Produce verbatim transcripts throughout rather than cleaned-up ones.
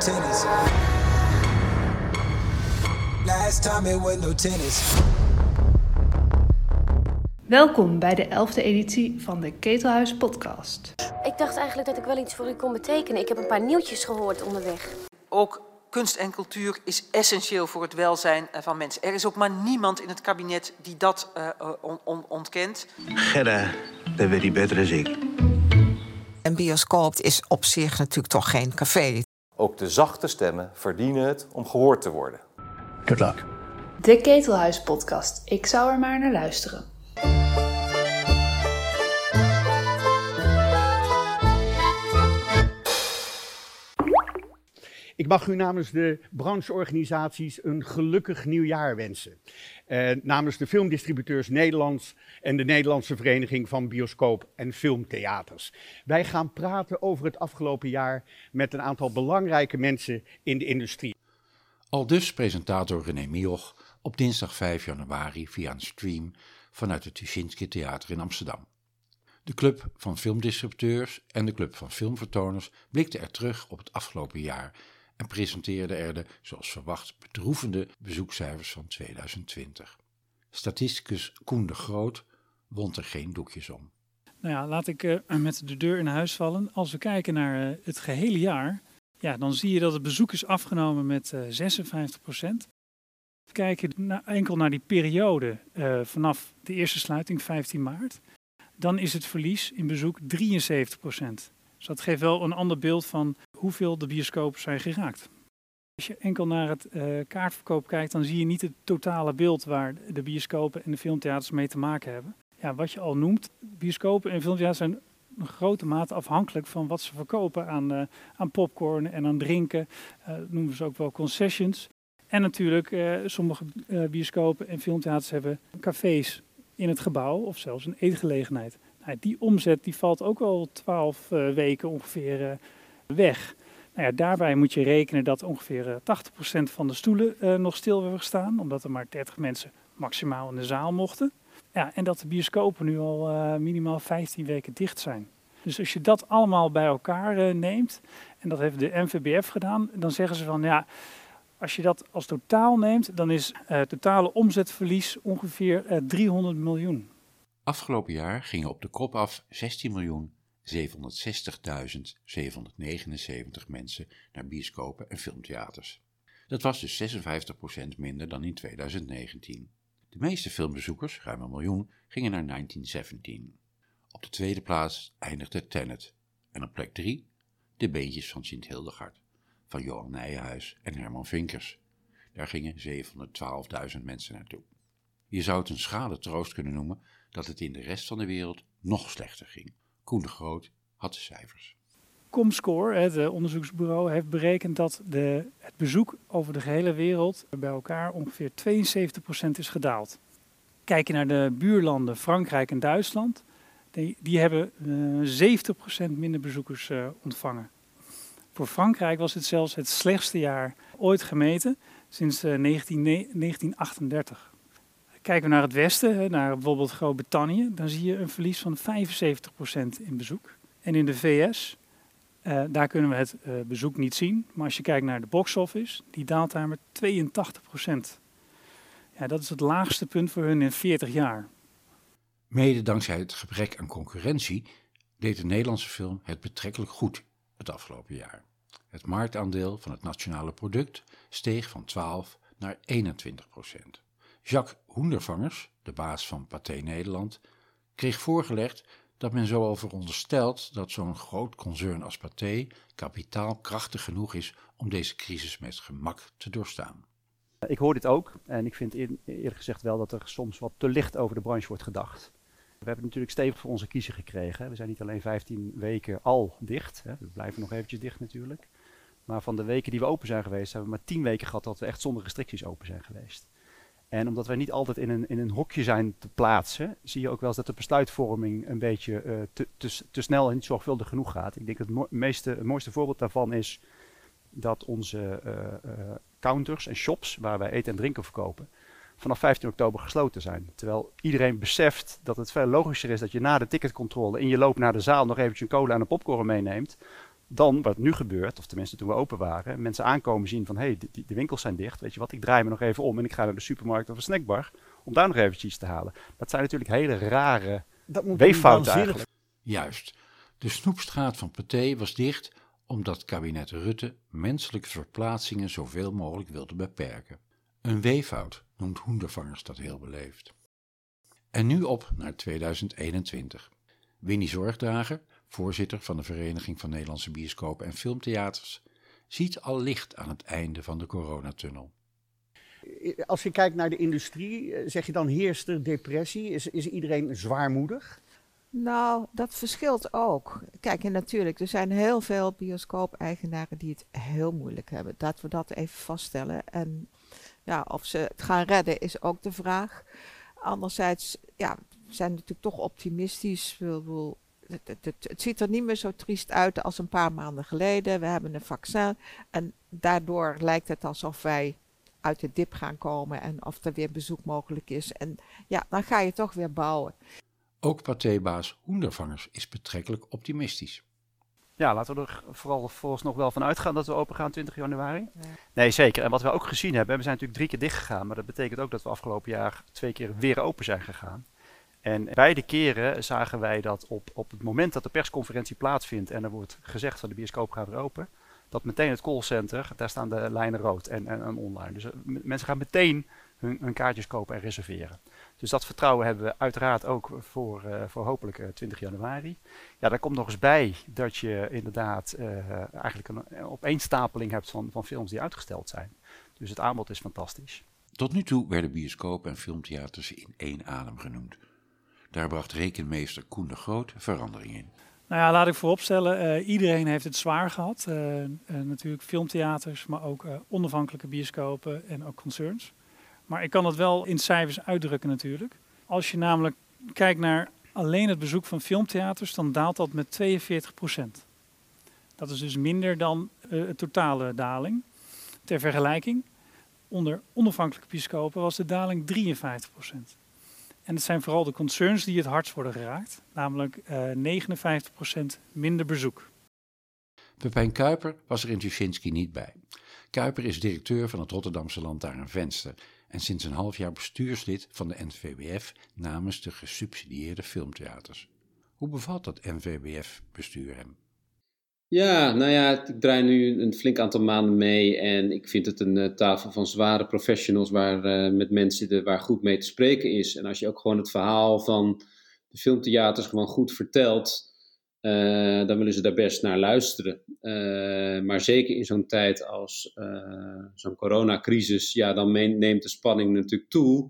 tennis. Last time it was no tennis. Welkom bij de elfde editie van de Ketelhuis podcast. Ik dacht eigenlijk dat ik wel iets voor u kon betekenen. Ik heb een paar nieuwtjes gehoord onderweg. Ook kunst en cultuur is essentieel voor het welzijn van mensen. Er is ook maar niemand in het kabinet die dat uh, on- on- ontkent. Gerda, dat weet hij beter dan ik. Een bioscoop is op zich natuurlijk toch geen café. Ook de zachte stemmen verdienen het om gehoord te worden. Good luck. De Ketelhuis podcast. Ik zou er maar naar luisteren. Ik mag u namens de brancheorganisaties een gelukkig nieuwjaar wensen. Eh, namens de Filmdistributeurs Nederlands en de Nederlandse Vereniging van Bioscoop- en Filmtheaters. Wij gaan praten over het afgelopen jaar met een aantal belangrijke mensen in de industrie. Aldus presentator René Mioch op dinsdag vijf januari via een stream vanuit het Tuschinski Theater in Amsterdam. De Club van Filmdistributeurs en de Club van Filmvertoners blikten er terug op het afgelopen jaar en presenteerden er de, zoals verwacht, bedroevende bezoekcijfers van tweeduizend twintig. Statisticus Koen de Groot wond er geen doekjes om. Nou ja, laat ik uh, met de deur in huis vallen. Als we kijken naar uh, het gehele jaar, ja, dan zie je dat het bezoek is afgenomen met uh, zesenvijftig procent. We kijken na, enkel naar die periode uh, vanaf de eerste sluiting, vijftien maart. Dan is het verlies in bezoek drieënzeventig procent. Dus dat geeft wel een ander beeld van hoeveel de bioscopen zijn geraakt. Als je enkel naar het uh, kaartverkoop kijkt, dan zie je niet het totale beeld waar de bioscopen en de filmtheaters mee te maken hebben. Ja, wat je al noemt, bioscopen en filmtheaters zijn in grote mate afhankelijk van wat ze verkopen aan, uh, aan popcorn en aan drinken. Uh, dat noemen ze ook wel concessions. En natuurlijk, uh, sommige uh, bioscopen en filmtheaters hebben cafés in het gebouw of zelfs een eetgelegenheid. Nou, die omzet die valt ook al twaalf uh, weken ongeveer uh, weg. Nou ja, daarbij moet je rekenen dat ongeveer uh, tachtig procent van de stoelen uh, nog stil hebben gestaan, omdat er maar dertig mensen maximaal in de zaal mochten. Ja, en dat de bioscopen nu al uh, minimaal vijftien weken dicht zijn. Dus als je dat allemaal bij elkaar uh, neemt, en dat heeft de N V B F gedaan, dan zeggen ze van ja, als je dat als totaal neemt, dan is het uh, totale omzetverlies ongeveer uh, driehonderd miljoen. Afgelopen jaar gingen op de kop af zestien miljoen zevenhonderdzestigduizend zevenhonderdnegenenzeventig mensen naar bioscopen en filmtheaters. Dat was dus zesenvijftig procent minder dan in tweeduizend negentien. De meeste filmbezoekers, ruim een miljoen, gingen naar negentien zeventien. Op de tweede plaats eindigde Tenet. En op plek drie De Beentjes van Sint Hildegard van Johan Nijenhuis en Herman Vinkers. Daar gingen zevenhonderdtwaalfduizend mensen naartoe. Je zou het een schrale troost kunnen noemen dat het in de rest van de wereld nog slechter ging. Koen de Groot had de cijfers. Comscore, het onderzoeksbureau, heeft berekend dat de, het bezoek over de gehele wereld bij elkaar ongeveer tweeënzeventig procent is gedaald. Kijk je naar de buurlanden Frankrijk en Duitsland, die, die hebben uh, zeventig procent minder bezoekers uh, ontvangen. Voor Frankrijk was het zelfs het slechtste jaar ooit gemeten sinds uh, negentien achtendertig. Kijken we naar het westen, naar bijvoorbeeld Groot-Brittannië, dan zie je een verlies van vijfenzeventig procent in bezoek. En in de V S, uh, daar kunnen we het uh, bezoek niet zien, maar als je kijkt naar de box-office, die daalt daar met tweeëntachtig procent. Ja, dat is het laagste punt voor hun in veertig jaar. Mede dankzij het gebrek aan concurrentie deed de Nederlandse film het betrekkelijk goed het afgelopen jaar. Het marktaandeel van het nationale product steeg van twaalf naar eenentwintig procent. Jacques Hoendervangers, de baas van Pathé Nederland, kreeg voorgelegd dat men zo al veronderstelt dat zo'n groot concern als Pathé kapitaalkrachtig genoeg is om deze crisis met gemak te doorstaan. Ik hoor dit ook en ik vind eerlijk gezegd wel dat er soms wat te licht over de branche wordt gedacht. We hebben natuurlijk stevig voor onze kiezer gekregen. We zijn niet alleen vijftien weken al dicht, we blijven nog eventjes dicht natuurlijk. Maar van de weken die we open zijn geweest, hebben we maar tien weken gehad dat we echt zonder restricties open zijn geweest. En omdat wij niet altijd in een, in een hokje zijn te plaatsen, zie je ook wel eens dat de besluitvorming een beetje uh, te, te, te snel en niet zorgvuldig genoeg gaat. Ik denk dat het, mo- meeste, het mooiste voorbeeld daarvan is dat onze uh, uh, counters en shops waar wij eten en drinken verkopen, vanaf vijftien oktober gesloten zijn. Terwijl iedereen beseft dat het veel logischer is dat je na de ticketcontrole in je loop naar de zaal nog eventjes een cola en een popcorn meeneemt, dan, wat nu gebeurt, of tenminste toen we open waren, mensen aankomen zien van, hé, hey, de, de winkels zijn dicht, weet je wat, ik draai me nog even om en ik ga naar de supermarkt of een snackbar om daar nog eventjes iets te halen. Dat zijn natuurlijk hele rare weeffouten eigenlijk. Juist. De Snoepstraat van Pathé was dicht omdat kabinet Rutte menselijke verplaatsingen zoveel mogelijk wilde beperken. Een weeffout noemt Hoendervangers dat heel beleefd. En nu op naar tweeduizend eenentwintig. Winnie Zorgdrager, voorzitter van de Vereniging van Nederlandse Bioscopen en Filmtheaters, ziet al licht aan het einde van de coronatunnel. Als je kijkt naar de industrie, zeg je dan heerst er depressie? Is, is iedereen zwaarmoedig? Nou, dat verschilt ook. Kijk, en natuurlijk, er zijn heel veel bioscoop-eigenaren die het heel moeilijk hebben. Dat we dat even vaststellen. En ja, of ze het gaan redden is ook de vraag. Anderzijds, ja, we zijn natuurlijk toch optimistisch. Het, het, het, het ziet er niet meer zo triest uit als een paar maanden geleden. We hebben een vaccin en daardoor lijkt het alsof wij uit de dip gaan komen en of er weer bezoek mogelijk is. En ja, dan ga je toch weer bouwen. Ook Pathé-baas Hoendervangers is betrekkelijk optimistisch. Ja, laten we er vooral vooralsnog wel van uitgaan dat we open gaan twintig januari. Ja. Nee, zeker. En wat we ook gezien hebben, we zijn natuurlijk drie keer dicht gegaan, maar dat betekent ook dat we afgelopen jaar twee keer weer open zijn gegaan. En beide keren zagen wij dat op, op het moment dat de persconferentie plaatsvindt en er wordt gezegd van de bioscoop gaat weer open, dat meteen het callcenter, daar staan de lijnen rood en, en, en online. Dus uh, mensen gaan meteen hun, hun kaartjes kopen en reserveren. Dus dat vertrouwen hebben we uiteraard ook voor, uh, voor hopelijk uh, twintig januari. Ja, daar komt nog eens bij dat je inderdaad uh, eigenlijk een opeenstapeling hebt van, van films die uitgesteld zijn. Dus het aanbod is fantastisch. Tot nu toe werden bioscopen en filmtheaters in één adem genoemd. Daar bracht rekenmeester Koen de Groot verandering in. Nou ja, laat ik vooropstellen, uh, iedereen heeft het zwaar gehad. Uh, uh, natuurlijk filmtheaters, maar ook uh, onafhankelijke bioscopen en ook concerns. Maar ik kan dat wel in cijfers uitdrukken natuurlijk. Als je namelijk kijkt naar alleen het bezoek van filmtheaters, dan daalt dat met tweeënveertig procent. Dat is dus minder dan uh, de totale daling. Ter vergelijking, onder onafhankelijke bioscopen was de daling drieënvijftig procent. En het zijn vooral de concerns die het hardst worden geraakt, namelijk uh, negenenvijftig procent minder bezoek. Pepijn Kuiper was er in Tuschinski niet bij. Kuiper is directeur van het Rotterdamse Lantaarn Venster en sinds een half jaar bestuurslid van de N V B F namens de gesubsidieerde filmtheaters. Hoe bevalt dat N V B F-bestuur hem? Ja, nou ja, ik draai nu een flink aantal maanden mee en ik vind het een uh, tafel van zware professionals waar, uh, met mensen de, waar goed mee te spreken is. En als je ook gewoon het verhaal van de filmtheaters gewoon goed vertelt, uh, dan willen ze daar best naar luisteren. Uh, maar zeker in zo'n tijd als uh, zo'n coronacrisis, ja, dan neemt de spanning natuurlijk toe.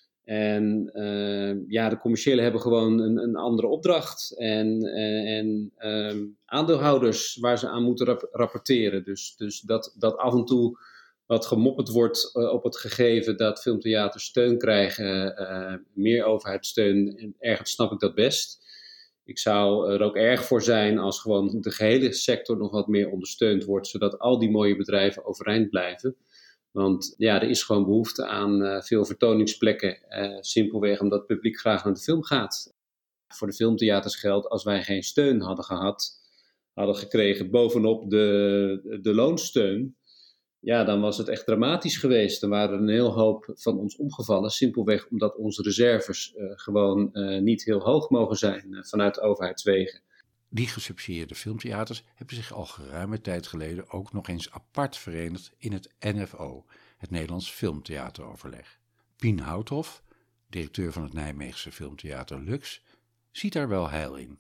En uh, ja, de commerciëlen hebben gewoon een, een andere opdracht. En, uh, en uh, aandeelhouders waar ze aan moeten rap- rapporteren. Dus, dus dat, dat af en toe wat gemopperd wordt uh, op het gegeven dat filmtheaters steun krijgen, uh, meer overheidssteun. En ergens snap ik dat best. Ik zou er ook erg voor zijn als gewoon de gehele sector nog wat meer ondersteund wordt, zodat al die mooie bedrijven overeind blijven. Want ja, er is gewoon behoefte aan uh, veel vertoningsplekken, uh, simpelweg omdat het publiek graag naar de film gaat. Voor de filmtheaters geldt, als wij geen steun hadden gehad, hadden gekregen bovenop de, de loonsteun, ja, dan was het echt dramatisch geweest. Dan waren er een heel hoop van ons omgevallen, simpelweg omdat onze reserves uh, gewoon uh, niet heel hoog mogen zijn uh, vanuit overheidswegen. Die gesubsidieerde filmtheaters hebben zich al geruime tijd geleden ook nog eens apart verenigd in het N F O, het Nederlands Filmtheateroverleg. Pien Houthoff, directeur van het Nijmeegse filmtheater Lux, ziet daar wel heil in.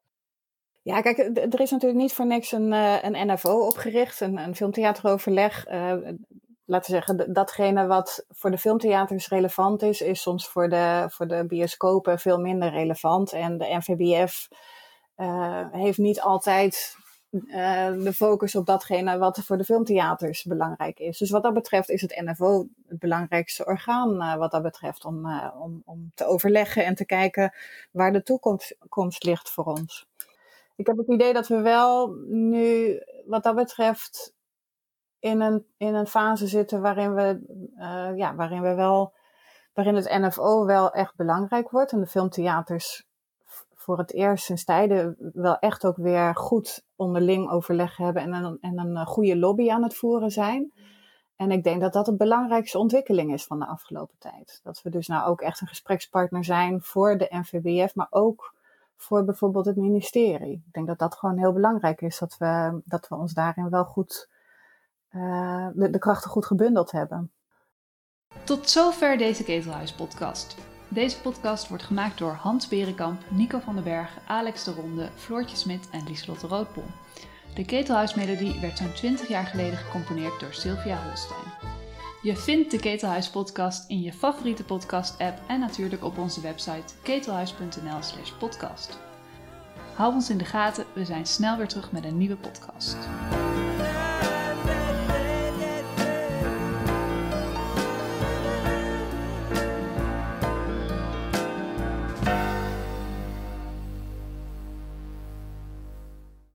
Ja, kijk, er is natuurlijk niet voor niks een, een N F O opgericht, een, een filmtheateroverleg. Uh, laten we zeggen, datgene wat voor de filmtheaters relevant is, is soms voor de, voor de bioscopen veel minder relevant. En de N V B F Uh, heeft niet altijd uh, de focus op datgene wat voor de filmtheaters belangrijk is. Dus wat dat betreft is het N F O het belangrijkste orgaan uh, wat dat betreft om, uh, om, om te overleggen en te kijken waar de toekomst ligt voor ons. Ik heb het idee dat we wel nu wat dat betreft in een, in een fase zitten waarin we, uh, ja, waarin we wel, waarin het N F O wel echt belangrijk wordt en de filmtheaters voor het eerst sinds tijden wel echt ook weer goed onderling overleg hebben en een, en een goede lobby aan het voeren zijn. En ik denk dat dat de belangrijkste ontwikkeling is van de afgelopen tijd. Dat we dus nou ook echt een gesprekspartner zijn voor de N V B F, maar ook voor bijvoorbeeld het ministerie. Ik denk dat dat gewoon heel belangrijk is, dat we, dat we ons daarin wel goed, uh, de, de krachten goed gebundeld hebben. Tot zover deze Ketelhuis-podcast. Deze podcast wordt gemaakt door Hans Berenkamp, Nico van den Berg, Alex de Ronde, Floortje Smit en Lieslotte Roodpol. De Ketelhuis-melodie werd zo'n twintig jaar geleden gecomponeerd door Sylvia Holstein. Je vindt de Ketelhuis-podcast in je favoriete podcast-app en natuurlijk op onze website ketelhuis punt n l slash podcast. Hou ons in de gaten, we zijn snel weer terug met een nieuwe podcast.